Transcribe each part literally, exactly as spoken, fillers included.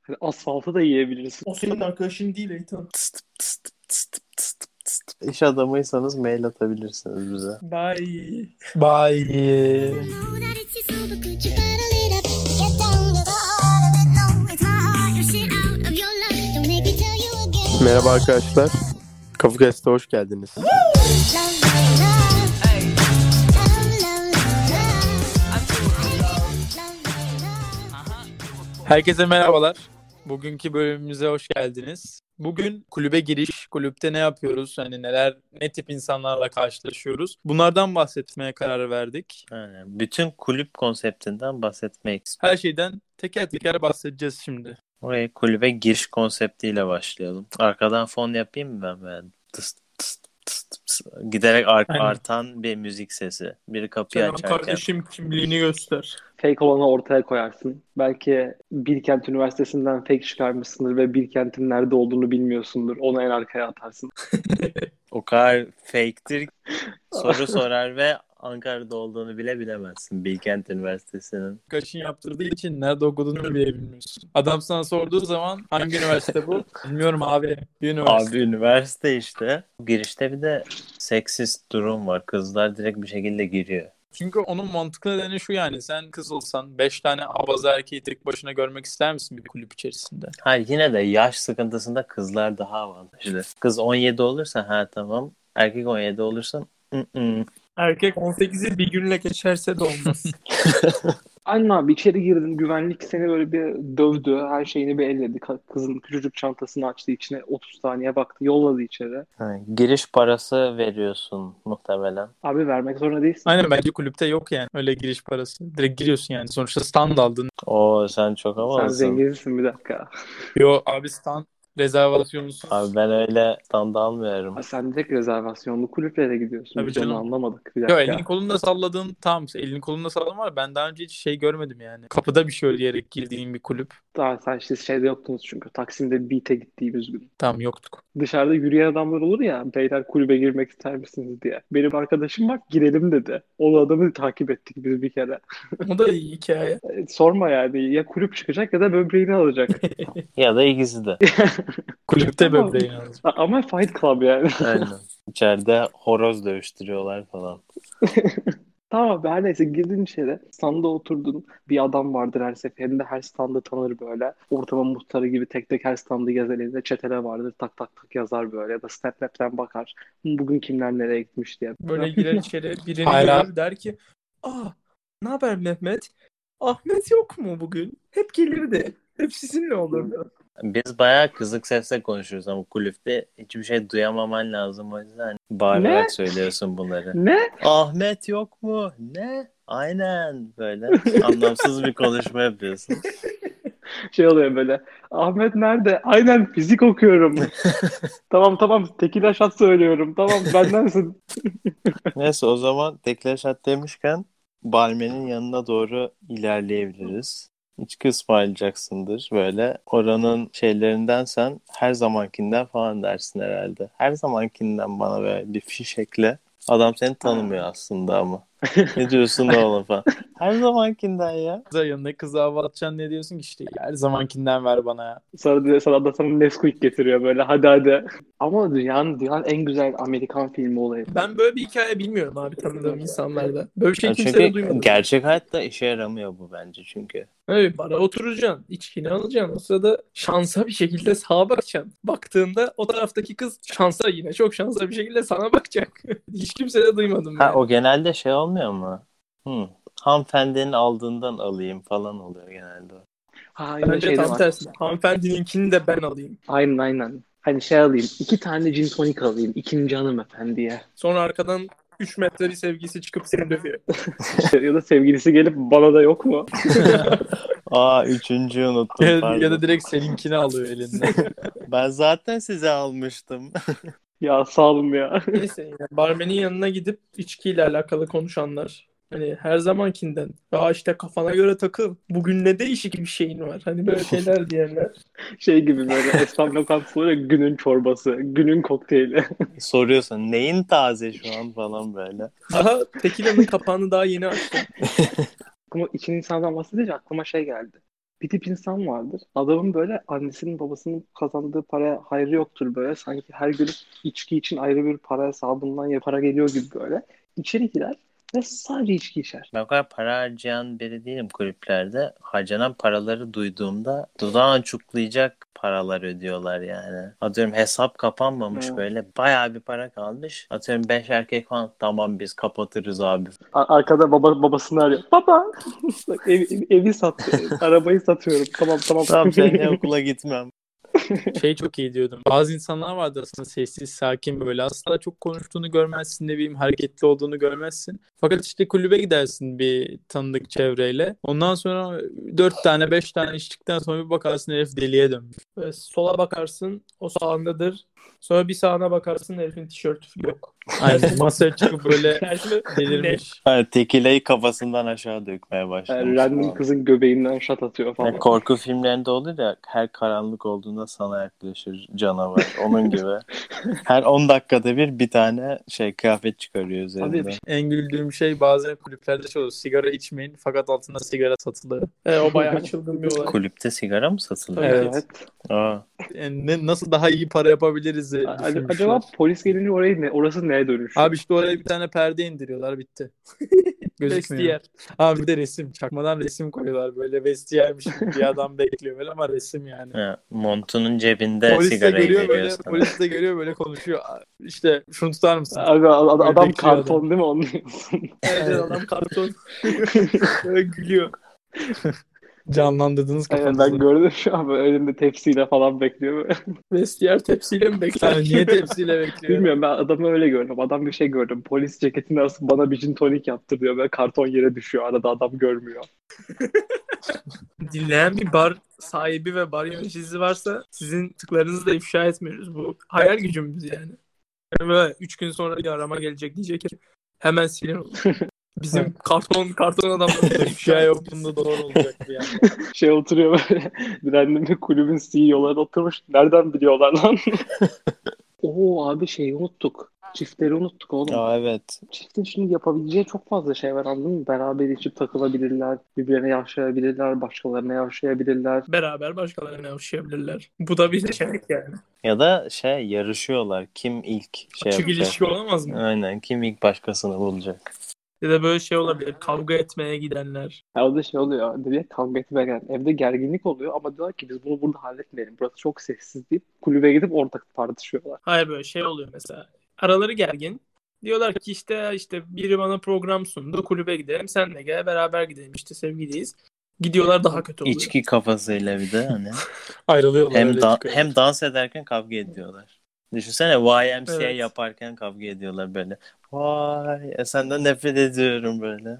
Hani asfaltı da yiyebiliriz. O senin arkadaşın değil Eytan. İş adamıysanız mail atabilirsiniz bize. Bye. Bye. Merhaba arkadaşlar. Kafukast'a hoş geldiniz. Herkese merhabalar. Bugünkü bölümümüze hoş geldiniz. Bugün kulübe giriş, kulüpte ne yapıyoruz, hani neler, ne tip insanlarla karşılaşıyoruz. Bunlardan bahsetmeye karar verdik. Aynen. Bütün kulüp konseptinden bahsetmek istiyorum. Her şeyden teker teker bahsedeceğiz şimdi. Oraya kulübe giriş konseptiyle başlayalım. Arkadan fon yapayım mı ben? ben? Tıs, tıs, tıs, tıs. Giderek ar- Aynen. artan bir müzik sesi. Biri kapıyı Selam açarken. kardeşim, kimliğini göster. Fake olanı ortaya koyarsın. Belki Bilkent Üniversitesi'nden fake çıkarmışsındır ve Bilkent'in nerede olduğunu bilmiyorsundur. Onu en arkaya atarsın. O kadar fake'tir. Soru sorar ve Ankara'da olduğunu bile bilemezsin. Bilkent Üniversitesi'nin. Kaşın yaptırdığı için nerede okuduğunu bile bilmiyorsun. Adam sana sorduğu zaman hangi üniversite bu? Bilmiyorum abi. Bir üniversite. Abi üniversite işte. Girişte bir de seksist durum var. Kızlar direkt bir şekilde giriyor. Çünkü onun mantıklı nedeni şu, yani sen kız olsan beş tane abaza erkeği tek başına görmek ister misin bir kulüp içerisinde? Hayır, yine de yaş sıkıntısında kızlar daha avantajlı. Kız on yedi olursa ha tamam. Erkek on yedi olursa ı-ı. Erkek on sekizi bir günle geçerse de olmaz. Aynen abi, içeri girdin, güvenlik seni böyle bir dövdü, her şeyini bir elledi. Ka- Kızın küçücük çantasını açtı, içine otuz saniye baktı, yolladı içeri. Ha, giriş parası veriyorsun muhtemelen. Abi vermek zorunda değilsin. Aynen, bence kulüpte yok yani öyle giriş parası. Direkt giriyorsun yani. Sonuçta stand aldın. Oo, sen çok Sen havalısın. zenginsin, bir dakika. Yo abi, stand rezervasyonsuz. Abi ben öyle stand almıyorum. Ha, sen direkt rezervasyonlu kulüplere gidiyorsun. Tabii Biz onu canım. anlamadık, bir Yo, dakika. elini kolunu da salladığın, tamam, elini kolunu da salladın var. Ben daha önce hiç şey görmedim yani. Kapıda bir şey ödeyerek girdiğin bir kulüp. Daha sen işte şeyde yoktunuz çünkü. Taksim'de Beat'e gittiğimiz gün. Tamam, yoktuk. Dışarıda yürüyen adamlar olur ya, beyler kulübe girmek ister misiniz diye. Benim arkadaşım bak girelim dedi. O adamı takip ettik biz bir kere. O da iyi hikaye. E, Sorma yani, ya kulüp çıkacak ya da böbreğini alacak. Ya da ikisi de. Kulüpte Ama- böbreğini alacak. A- Ama Fight Club yani. Aynen. İçeride horoz dövüştürüyorlar falan. Tamam abi, her neyse girdin içeri. Standa oturdun. Bir adam vardır her seferinde. Her standı tanır böyle. Ortamın muhtarı gibi tek tek her standı gezer elinde. Çetele vardır. Tak tak tak yazar böyle. Ya da Snap Map'ten bakar. Bugün kimler nereye gitmiş diye. Böyle girer içeri, birini Hayır görür, der ki aa, ne haber Mehmet? Ahmet yok mu bugün? Hep gelirdi. Hep sizinle olurdu. Biz bayağı kızık sesle konuşuyoruz ama kulüpte hiçbir şey duyamaman lazım, o yüzden bağırarak Ne? söylüyorsun bunları. Ne? Ahmet yok mu? Ne? Aynen, böyle anlamsız bir konuşma yapıyorsun. Şey oluyor böyle. Ahmet nerede? Aynen, fizik okuyorum. Tamam tamam, tekila şat söylüyorum. Tamam, bendensin. Neyse, o zaman tekleşat demişken barmenin yanına doğru ilerleyebiliriz. İçki ısmarlayacaksındır böyle. Oranın şeylerinden sen her zamankinden falan dersin herhalde. Her zamankinden bana böyle bir fiş ekle. Adam seni tanımıyor aslında ama. Ne diyorsun oğlum falan. Her zamankinden ya. Kıza, yanına kıza hava atacaksın, ne diyorsun ki işte her zamankinden ver bana ya. Sonra sana da sana Nesquik getiriyor böyle, hadi hadi. Ama dünyanın, dünyanın en güzel Amerikan filmi olayı. Ben böyle bir hikaye bilmiyorum abi, tanıdığım insanlarda. Böyle bir şey Yani kimse de çünkü duymadı. gerçek hayatta işe yaramıyor bu bence çünkü. Evet, bara oturacaksın, içkini alacaksın. O sırada şansa bir şekilde sağa bakacaksın. Baktığında o taraftaki kız şansa, yine çok şansa bir şekilde sana bakacak. Hiç kimse de duymadım Ha, yani. o genelde şey olmuyor mu? Hmm. Hanımefendinin aldığından alayım falan oluyor genelde. Ha, yine Bence şey de tam var. tersi. Hanımefendininkini de ben alayım. Aynen aynen. Hani şey alayım. iki tane gin tonic alayım. İkinci hanımefendiye. Sonra arkadan üç metre bir sevgisi çıkıp seni dövüyor. Ya da sevgilisi gelip bana da yok mu? Aa, üçüncüyü unuttum, ya, pardon. ya da direkt seninkini alıyor elinden. Ben zaten size almıştım. Ya sağ olun ya. Neyse, yani barmenin yanına gidip içkiyle alakalı konuşanlar. Hani her zamankinden. Ya işte kafana göre takıl. Bugün ne değişik bir şeyin var. Hani böyle şeyler diyenler. Şey gibi böyle esnaf lokantaları, günün çorbası, günün kokteyli. Soruyorsun neyin taze şu an falan böyle. Daha tekilanın kapağını daha yeni açtım. Aklıma için insandan bahsedince aklıma şey geldi. Bir tip insan vardır. Adamın böyle annesinin babasının kazandığı paraya hayrı yoktur böyle. Sanki her gün içki için ayrı bir para hesabından ya para geliyor gibi böyle. İçeri girer ve sadece içki içer. Ben o kadar para harcayan biri değilim kulüplerde. Harcanan paraları duyduğumda dudağın çuklayacak paralar ödüyorlar yani. Atıyorum hesap kapanmamış Evet. böyle. Bayağı bir para kalmış. Atıyorum beş erkek falan. Tamam biz kapatırız abi. A- Arkada baba babasını arıyor. Baba! Bak ev, ev- evi sattı. Arabayı satıyorum. Tamam tamam. Tamam seninle okula gitmem. Şey çok iyi diyordum. Bazı insanlar vardır aslında sessiz, sakin böyle. Aslında çok konuştuğunu görmezsin, ne bileyim hareketli olduğunu görmezsin. Fakat işte kulübe gidersin bir tanıdık çevreyle. Ondan sonra dört tane, beş tane içtikten sonra bir bakarsın herif deliye dönmüş. Böyle sola bakarsın o sağındadır. Sonra bir sağına bakarsın herifin tişörtü yok. Aynen masaya çıkıp böyle Tersine delirmiş. Yani tekileyi kafasından aşağı dökmeye Yani başlamış. random kızın göbeğinden şat atıyor falan. Yani korku filmlerinde olur ya her karanlık olduğunda sana yaklaşır canavar. Onun gibi. Her on dakikada bir bir tane şey kıyafet çıkarıyor üzerinde. Tabii. En güldüğüm şey bazen kulüplerde şey olur. Sigara içmeyin fakat altında sigara satılıyor. E, o bayağı çılgın bir olay. Kulüpte sigara mı satılıyor? Tabii. Evet. Aa. Yani ne, nasıl daha iyi para yapabiliriz diye A- düşünmüşler. Acaba polis gelince orayı ne, orası neye dönüşüyor? Abi işte oraya bir tane perde indiriyorlar bitti. Gözükmüyor. Vestiyer. Abi bir de resim. Çakmadan resim koyuyorlar böyle vestiyermiş gibi bir adam bekliyor böyle ama resim yani. Ha, montunun cebinde Polis de sigarayı görüyor veriyor böyle, sana. polis de görüyor böyle konuşuyor. İşte şunu tutar mısın? Abi ad- Böyle adam bekliyor karton adam. değil mi anlıyorsun? Evet adam karton. Böyle gülüyor. Canlandırdınız Aynen kafanızda. ben gördüm şu an böyle elinde tepsiyle falan bekliyor. Böyle. Vestiyer tepsiyle mi bekler? Yani niye tepsiyle bekliyor? Bilmiyorum ben adamı öyle gördüm. Adam bir şey gördüm. Polis ceketini asıp bana bir gin tonik yaptır diyor. Böyle karton yere düşüyor. Arada adam görmüyor. Dinleyen bir bar sahibi ve bar yöneticisi varsa sizin tıklarınızı da ifşa etmiyoruz. Bu hayal gücümüz yani. Yani böyle üç gün sonra bir arama gelecek diyecek ki hemen silin onu. Bizim karton karton adamlar ifşa Hikaye yok. okulunda doğru olacak bir yandan. Şey oturuyor böyle. Random bir kulübün C E O'ları oturmuş. Nereden biliyorlar lan? Oo abi şeyi unuttuk. Çiftleri unuttuk oğlum. Aa, evet. Çiftin şimdi yapabileceği çok fazla şey var anladın mı? Beraber içip takılabilirler. Birbirine yavşayabilirler. Başkalarına yavşayabilirler. Beraber başkalarına yaşayabilirler. Bu da bir seçenek yani. Ya da şey yarışıyorlar. Kim ilk şey Açık yapacak? ilişki olamaz mı? Aynen. Kim ilk başkasını bulacak? Ya da böyle şey olabilir. Kavga etmeye gidenler. Ya o da şey oluyor. Direkt kavga etmeye evde gerginlik oluyor ama diyorlar ki biz bunu burada halletmeyelim. Burası çok sessiz deyip kulübe gidip orada tartışıyorlar. Hayır böyle şey oluyor mesela. Araları gergin. Diyorlar ki işte işte biri bana program sundu. Kulübe gidelim. Sen de gel beraber gidelim. İşte sevgiliyiz. Gidiyorlar daha kötü oluyor. İçki kafasıyla bir de hani. Ayrılıyorlar hem öyle da- çıkıyor. hem dans ederken kavga ediyorlar. Düşünsene Y M C A Evet. yaparken kavga ediyorlar böyle. Vay e senden nefret ediyorum böyle.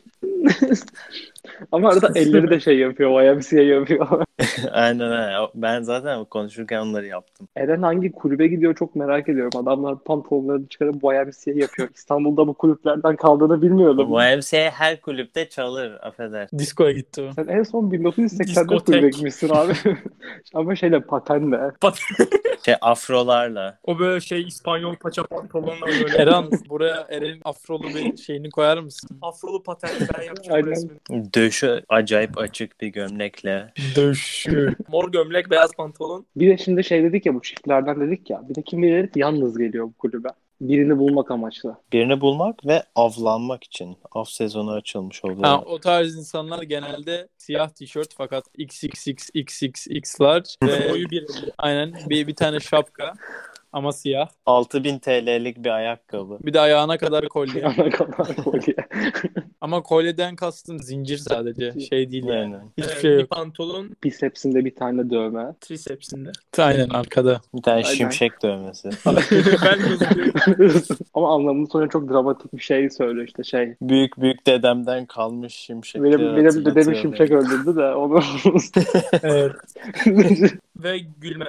Ama arada elleri de şey yapıyor. Y M C A yapıyor. Aynen öyle. Ben zaten konuşurken onları yaptım. Eren hangi kulübe gidiyor çok merak ediyorum. Adamlar pantolonlarını çıkarıp Y M C A yapıyor. İstanbul'da bu kulüplerden kaldığını bilmiyordum. Y M C A her kulüpte çalır, affedersin. Diskoya gitti o. Sen en son bin dokuz yüz seksende Diskotek. kulübe gitmişsin abi. Ama şeyle patenle. Şey afrolarla. O böyle şey İspanyol paça pantolonla böyle. Eren buraya Eren'in afrolu bir şeyini koyar mısın? Afrolu paten ben yapacağım Aynen. resmini. Döşü acayip açık bir gömlekle. Döşü. Mor gömlek, beyaz pantolon. Bir de şimdi şey dedik ya bu çiftlerden dedik ya. Bir de kim bilir yalnız geliyor bu kulübe. Birini bulmak amaçlı. Birini bulmak ve avlanmak için. Av sezonu açılmış oluyor. Ha, o tarz insanlar genelde siyah tişört fakat X X X X X X large ve Boyu bir. aynen bir, bir tane şapka ama siyah. altı bin T L'lik bir ayakkabı. Bir de ayağına kadar kolye. Yana kadar kolye. Ama kolyeden kastım zincir sadece. Şey değil yani. Aynen. Hiçbir Evet, şey bir yok. pantolon Bisepsinde bir tane dövme. trisepsinde. Aynen arkada. Bir tane Aynen. şimşek dövmesi. Ben gözüküyorum. Ama anlamında sonra çok dramatik bir şey söylüyor işte şey. Büyük büyük dedemden kalmış şimşekleri Benim, benim dedemi hatırlatıyor şimşek beni. öldürdü de onu. Evet. Ve gülmez.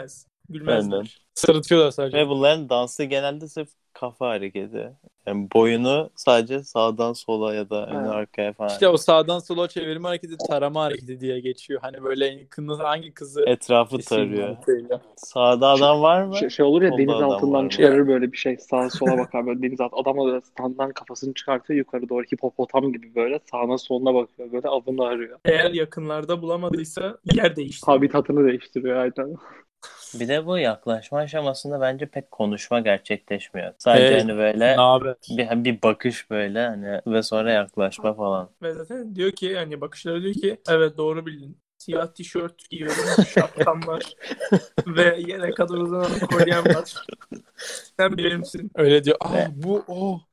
Gülmezler. Aynen. Sırıtıyorlar sadece. Ve bunların dansı genelde sırf kafa hareketi. Yani boyunu sadece sağdan sola ya da öne Ha. arkaya falan. İşte o sağdan sola çevirme hareketi tarama hareketi diye geçiyor. Hani böyle kız, hangi kızı Etrafı keseyim tarıyor. mantığıyla. Sağda adam var mı? Şey, şey olur ya, Solda deniz adam var altından mı? çıkarır böyle bir şey. Sağa sola bakar böyle deniz altı. Adam da standdan kafasını çıkartıyor yukarı doğru, hipopotam gibi böyle sağına soluna bakıyor, böyle avını arıyor. Eğer yakınlarda bulamadıysa yer değiştiriyor. Habitatını değiştiriyor aynen. Bir de bu yaklaşma aşamasında bence pek konuşma gerçekleşmiyor. Sadece Hey, hani böyle ne haber? bir, bir bakış böyle hani ve sonra yaklaşma falan. Ve zaten diyor ki, hani bakışları diyor ki evet doğru bildin. Siyah tişört giyiyorum, şapkam var ve yere kadar uzanan kolyem var. Sen bilir misin? Öyle diyor. Aa, Ne? bu o.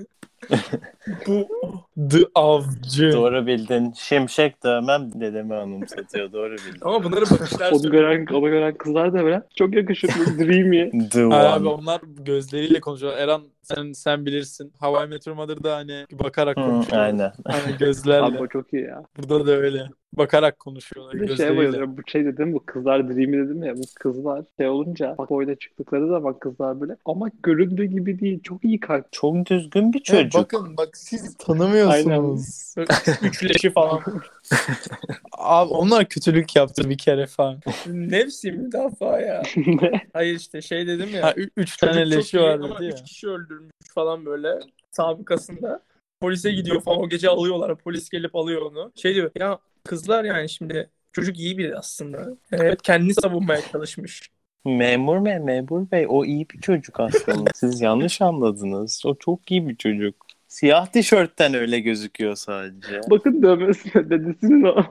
Bu o. The Avcı. Doğru bildin. Şimşek dövmem dedemi anımsatıyor. Doğru bildin. Ama bunları bakışlar Onu söylüyor. gören, onu gören kızlar da böyle çok yakışıklı, dreamy. The Ha, abi one. onlar gözleriyle konuşuyorlar. Eren sen sen bilirsin. How I Met Your Mother'da hani bakarak Hı, konuşuyorlar. aynen. Hani Abi gözlerle. o çok iyi ya. Burada da öyle. Bakarak konuşuyorlar Bir de şeye gözleriyle. bayılıyorum. Bu şey dedim, bu kızlar dreamy dedim ya. Bu kızlar şey olunca, bak oyuna çıktıkları zaman kızlar böyle ama göründüğü gibi değil. Çok iyi kalp. Çok düzgün bir Evet, çocuk. bakın bak siz tanımıyorsunuz. Üçleşi falan. Abi onlar kötülük yaptı bir kere falan. Nefsi müdafaa ya. Ne? Hayır işte şey dedim ya. Ha, ü- üç Çocuk tane çok leşi iyi var ama dedi ya. üç kişi öldürmüş falan böyle sabıkasında. Polise gidiyor falan, o gece alıyorlar. Polis gelip alıyor onu. Şey diyor ya, kızlar yani şimdi çocuk iyi biri aslında. Evet, kendini savunmaya çalışmış. Memur bey, memur bey. O iyi bir çocuk aslında. Siz yanlış anladınız. O çok iyi bir çocuk. Siyah tişörtten öyle gözüküyor sadece. Bakın dövmesine, dedesinin o.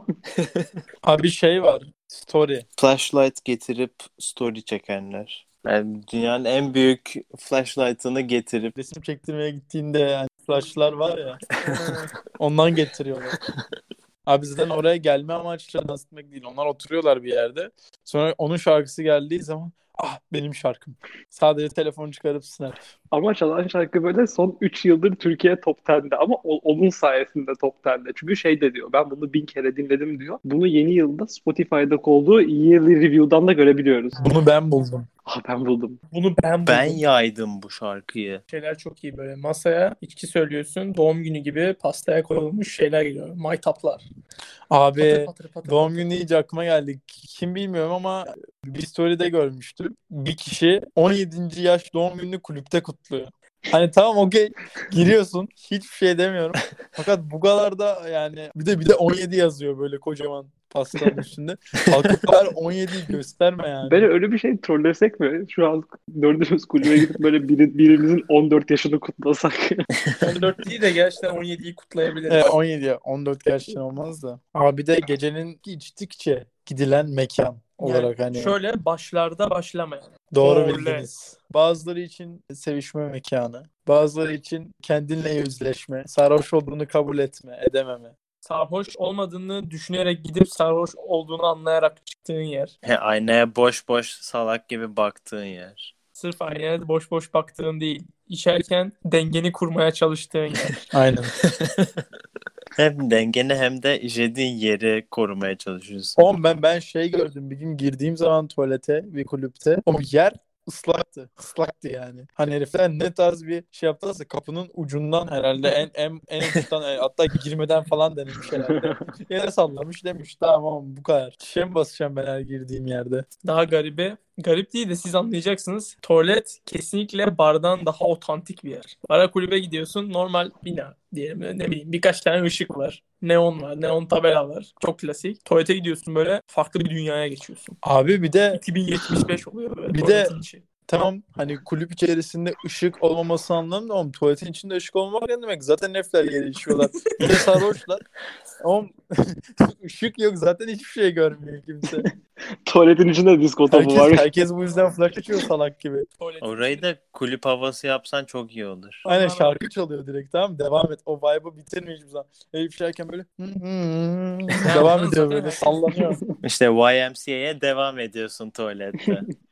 Abi şey var. Story. Flashlight getirip story çekenler. Yani dünyanın en büyük flashlight'ını getirip Resim çektirmeye gittiğinde yani flashlar var ya. Ondan getiriyorlar. Abi zaten oraya gelme amaçlı dans etmek değil. Onlar oturuyorlar bir yerde. Sonra onun şarkısı geldiği zaman ah benim şarkım. Sadece telefon çıkarıp snap. Ama çalan şarkı böyle son üç yıldır Türkiye top on'da ama o- onun sayesinde top on'da. Çünkü şey de diyor, ben bunu bin kere dinledim diyor. Bunu yeni yılda Spotify'da olduğu yearly review'dan da görebiliyoruz. Bunu ben buldum. Ah ben buldum. Bunu ben buldum. ben yaydım bu şarkıyı. Şeyler çok iyi böyle. Masaya içki söylüyorsun. Doğum günü gibi pastaya koyulmuş şeyler geliyor. Maytaplar. Abi Patır patır patır doğum patır. günü deyince aklıma geldi. Kim bilmiyorum ama bir story'de görmüştüm. Bir kişi on yedinci yaş doğum gününü kulüpte kutluyor. Hani tamam okey giriyorsun hiçbir şey demiyorum. Fakat bu kadar da yani bir de bir de on yedi yazıyor böyle kocaman pastanın üstünde. Kalkıp ver on yediyi gösterme yani. Ben öyle bir şey trollesek mi? Şu an dördümüz kulübe gidip böyle biri, birimizin on dört yaşını kutlasak. on dört değil de gerçekten on yediyi kutlayabiliriz. Evet, on yedi on dört gerçekten olmaz da. Abi de gecenin içtikçe gidilen mekan olarak Yani hani şöyle başlarda başlamayan. doğru Oley. bildiniz. Bazıları için sevişme mekanı, bazıları için kendinle yüzleşme, sarhoş olduğunu kabul etme, edememe. Sarhoş olmadığını düşünerek gidip sarhoş olduğunu anlayarak çıktığın yer. He, aynaya boş boş salak gibi baktığın yer. Sırf aynaya boş boş baktığın değil. İçerken dengeni kurmaya çalıştığın yer. Aynen. Hem dengeni hem de işediğin yeri korumaya çalışıyorsun. Oğlum ben ben şey gördüm bir gün girdiğim zaman tuvalete bir kulüpte. O yer ıslaktı. Islaktı yani. Hani herifler ne tarz bir şey yaptılarsa kapının ucundan herhalde en en en uçtan hatta girmeden falan denemiş herhalde. Yere sallamış demiş tamam bu kadar. Şişe mi basacağım ben her girdiğim yerde? Daha garibi, garip değil de siz anlayacaksınız. Tuvalet kesinlikle bardan daha otantik bir yer. Bara kulübe gidiyorsun, normal bina diyelim, ne bileyim birkaç tane ışık var. Neon var, neon tabela var. Çok klasik. Tuvalete gidiyorsun, böyle farklı bir dünyaya geçiyorsun. Abi bir de iki bin yetmiş beş oluyor böyle Bir de- tuvaletin içi. tamam hani kulüp içerisinde ışık olmaması anlamında ama tuvaletin içinde ışık olmamak ne demek? Zaten herifler yere içiyorlar. Bir de sarhoşlar. Ama ışık yok zaten hiçbir şey görmüyor kimse. Tuvaletin içinde disko topu Herkes, var. herkes bu yüzden flash açıyor salak gibi. Tuvaletin Orayı içi. da kulüp havası yapsan çok iyi olur. Aynen şarkı çalıyor direkt tamam mı? Devam et. O vibe'ı bitirme hiçbir zaman. Herif şarken böyle hı hı, devam ediyor böyle sallanıyor. İşte Y M C A'ye devam ediyorsun tuvalette.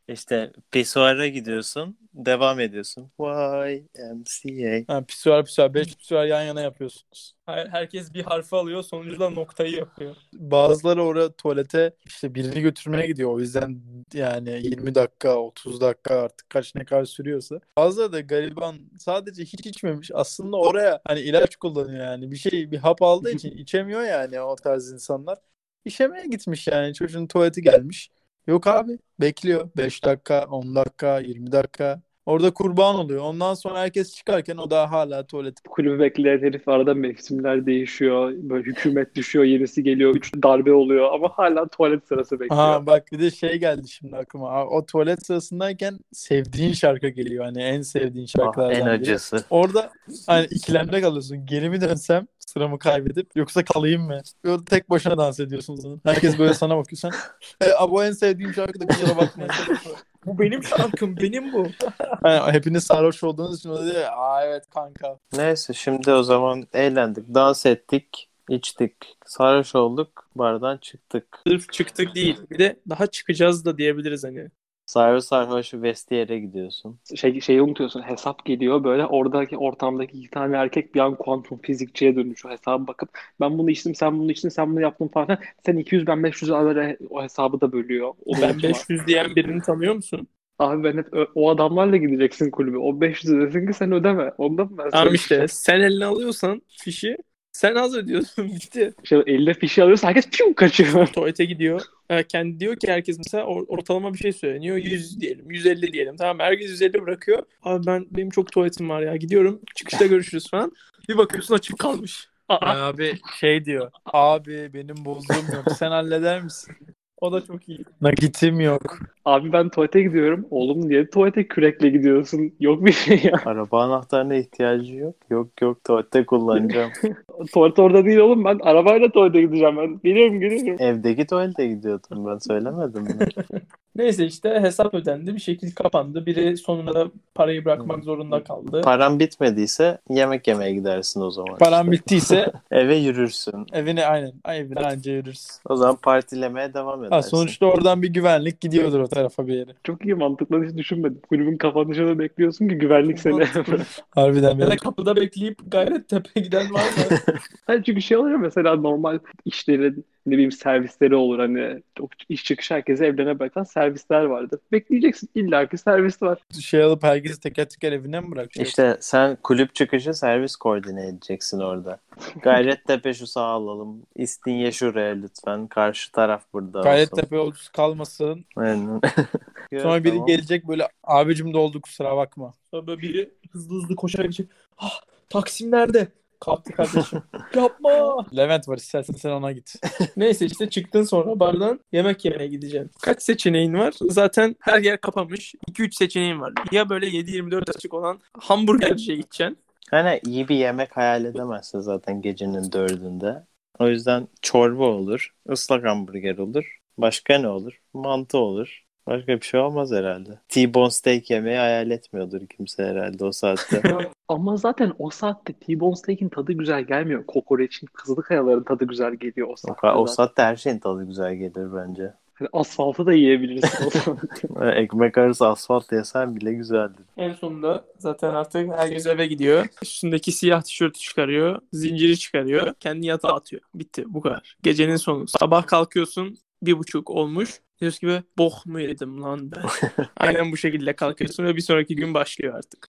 İşte pisuara gidiyorsun, devam ediyorsun. Y M C A. Ha, pisuar pisuar. Beş pisuar yan yana yapıyorsunuz. Her, herkes bir harfi alıyor, sonucunda noktayı yapıyor. Bazıları oraya tuvalete işte birini götürmeye gidiyor. O yüzden yani yirmi dakika, otuz dakika artık kaç ne kadar sürüyorsa. Bazıları da gariban sadece hiç içmemiş. Aslında oraya hani ilaç kullanıyor yani. Bir şey bir hap aldığı için içemiyor yani o tarz insanlar. İşemeye gitmiş yani. Çocuğun tuvaleti gelmiş. Yok abi bekliyor. beş dakika, on dakika, yirmi dakika. Orada kurban oluyor. Ondan sonra herkes çıkarken o da hala tuvalet. Kulübü bekleyen herif arada mevsimler değişiyor. Böyle hükümet düşüyor, yenisi geliyor. Üç darbe oluyor ama hala tuvalet sırası bekliyor. Aha bak bir de şey geldi şimdi aklıma. Aa, o tuvalet sırasındayken sevdiğin şarkı geliyor. Hani en sevdiğin Ah, şarkılardan en biri. acısı. Orada hani ikilemde kalıyorsun. Geri mi dönsem sıramı kaybedip yoksa kalayım mı? Böyle tek başına dans ediyorsun zaten. Herkes böyle sana bakıyor. Sen e, "Aa, bu en sevdiğim şarkı da kusura bakma." Bu benim şarkım, benim bu. Hani hepiniz sarhoş olduğunuz için o da diyor ya, aa evet kanka. Neyse şimdi o zaman eğlendik, dans ettik, içtik, sarhoş olduk, bardan çıktık. Sırf çıktık değil. Bir de daha çıkacağız da diyebiliriz hani. Sarhoş sarhoş Vestiyer'e gidiyorsun. Şey, şeyi unutuyorsun, hesap geliyor böyle oradaki ortamdaki iki tane erkek bir an kuantum fizikçiye dönüşüyor hesaba bakıp ben bunu içtim sen bunu içtin sen bunu yaptın falan sen iki yüz ben beş yüz böyle o hesabı da bölüyor. Onu Ben unutma. beş yüz diyen birini tanıyor musun? Abi ben hep ö- o adamlarla gideceksin kulübe. O beş yüz desin ki sen ödeme. Ondan mı ben Tamam sana işte sen eline alıyorsan fişi sen hazır ediyorsun bitti. şey, eline fişi alıyorsa herkes piu kaçıyor. Tuvalete gidiyor. E, kendi diyor ki herkes mesela or- ortalama bir şey söyleniyor. yüz diyelim, yüz elli diyelim. Tamam herkes yüz elli bırakıyor. Abi ben benim çok tuvaletim var ya gidiyorum. Çıkışta görüşürüz falan. Bir bakıyorsun açık kalmış. Aa, Abi şey diyor. Abi benim bozduğum yok. Sen halleder misin? o da çok iyi. Nakitim yok. Abi ben tuvalete gidiyorum. Oğlum niye tuvalete kürekle gidiyorsun? Yok bir şey ya. Araba anahtarına ihtiyacı yok. Yok yok tuvalette kullanacağım. Tuvalet orada değil oğlum. Ben arabayla tuvalete gideceğim. Ben biliyorum geliyorum. Evdeki tuvalete gidiyordum ben söylemedim mi? Neyse işte hesap ödendi. Bir şekilde kapandı. Biri sonunda parayı bırakmak zorunda kaldı. Param bitmediyse yemek yemeye gidersin o zaman. Param işte. bittiyse Eve yürürsün. evine aynen. Evine anca yürürsün. O zaman partilemeye devam Ha, edersin. sonuçta oradan bir güvenlik gidiyordur o tarafa bir yere. Çok iyi mantıklı hiç düşünmedim. Kulübün kapanışını bekliyorsun ki güvenlik seni. Harbiden Ya da böyle. kapıda bekleyip Gayrettepe'ye giden var mı? Hani çünkü şey oluyor mesela normal işlerin ne bileyim servisleri olur hani o iş çıkışı herkese evlerine bırakan servisler vardır. Bekleyeceksin illa ki servis var. Şey alıp herkesi teker teker evine mi bırakacaksın? İşte sen kulüp çıkışı servis koordine edeceksin orada. Gayrettepe şu sağa alalım. İstinye şuraya lütfen. Karşı taraf burada olsun. Gayrettepe yolcusu kalmasın. Aynen. Sonra biri Tamam. gelecek böyle abicim doldu kusura bakma. Sonra böyle biri hızlı hızlı koşarak geçecek. Ah Taksim nerede? Kalktı kardeşim. Yapma. Levent var istersen sen ona git. Neyse işte çıktın sonra bardan yemek yemeye gideceksin. Kaç seçeneğin var? Zaten her yer kapamış. iki üç seçeneğin var. Ya böyle yedi yirmi dört açık olan hamburgerciye gideceksin. Hani iyi bir yemek hayal edemezsin zaten gecenin dördünde. O yüzden çorba olur, ıslak hamburger olur. Başka ne olur? Mantı olur. Başka bir şey olmaz herhalde. T-bone steak yemeyi hayal etmiyordur kimse herhalde o saatte. Ama zaten o saatte T-bone steak'in tadı güzel gelmiyor. Kokoreçin, Kızılkayaların tadı güzel geliyor o o, saatte. ka- o zaten. saatte her şeyin tadı güzel gelir bence. Hani asfaltı da yiyebilirsin o saatte. Ekmek arası asfalt yesen bile güzeldir. En sonunda zaten artık herkes eve gidiyor. Üstündeki siyah tişörtü çıkarıyor. Zinciri çıkarıyor. Kendi yatağa atıyor. Bitti. Bu kadar. Gecenin sonu. Sabah kalkıyorsun. Bir buçuk olmuş. Diyorsun gibi boh mu yedim lan ben. Aynen bu şekilde kalkıyorsun ve bir sonraki gün başlıyor artık.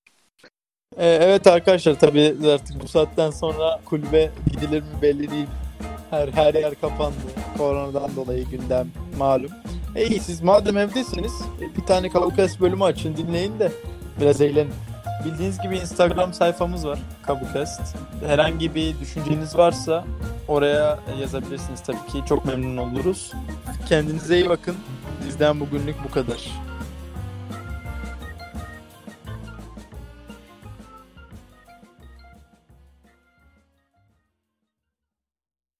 Ee, evet arkadaşlar tabii artık bu saatten sonra kulübe gidilir mi belli değil. Her her yer kapandı. Koronadan dolayı gündem malum. E iyi siz madem evdesiniz bir tane Kabukes bölümü açın dinleyin de biraz eğlenin. Bildiğiniz gibi Instagram sayfamız var Kabukest. Herhangi bir düşünceniz varsa oraya yazabilirsiniz tabii ki. Çok memnun oluruz. Kendinize iyi bakın. Bizden bugünlük bu kadar.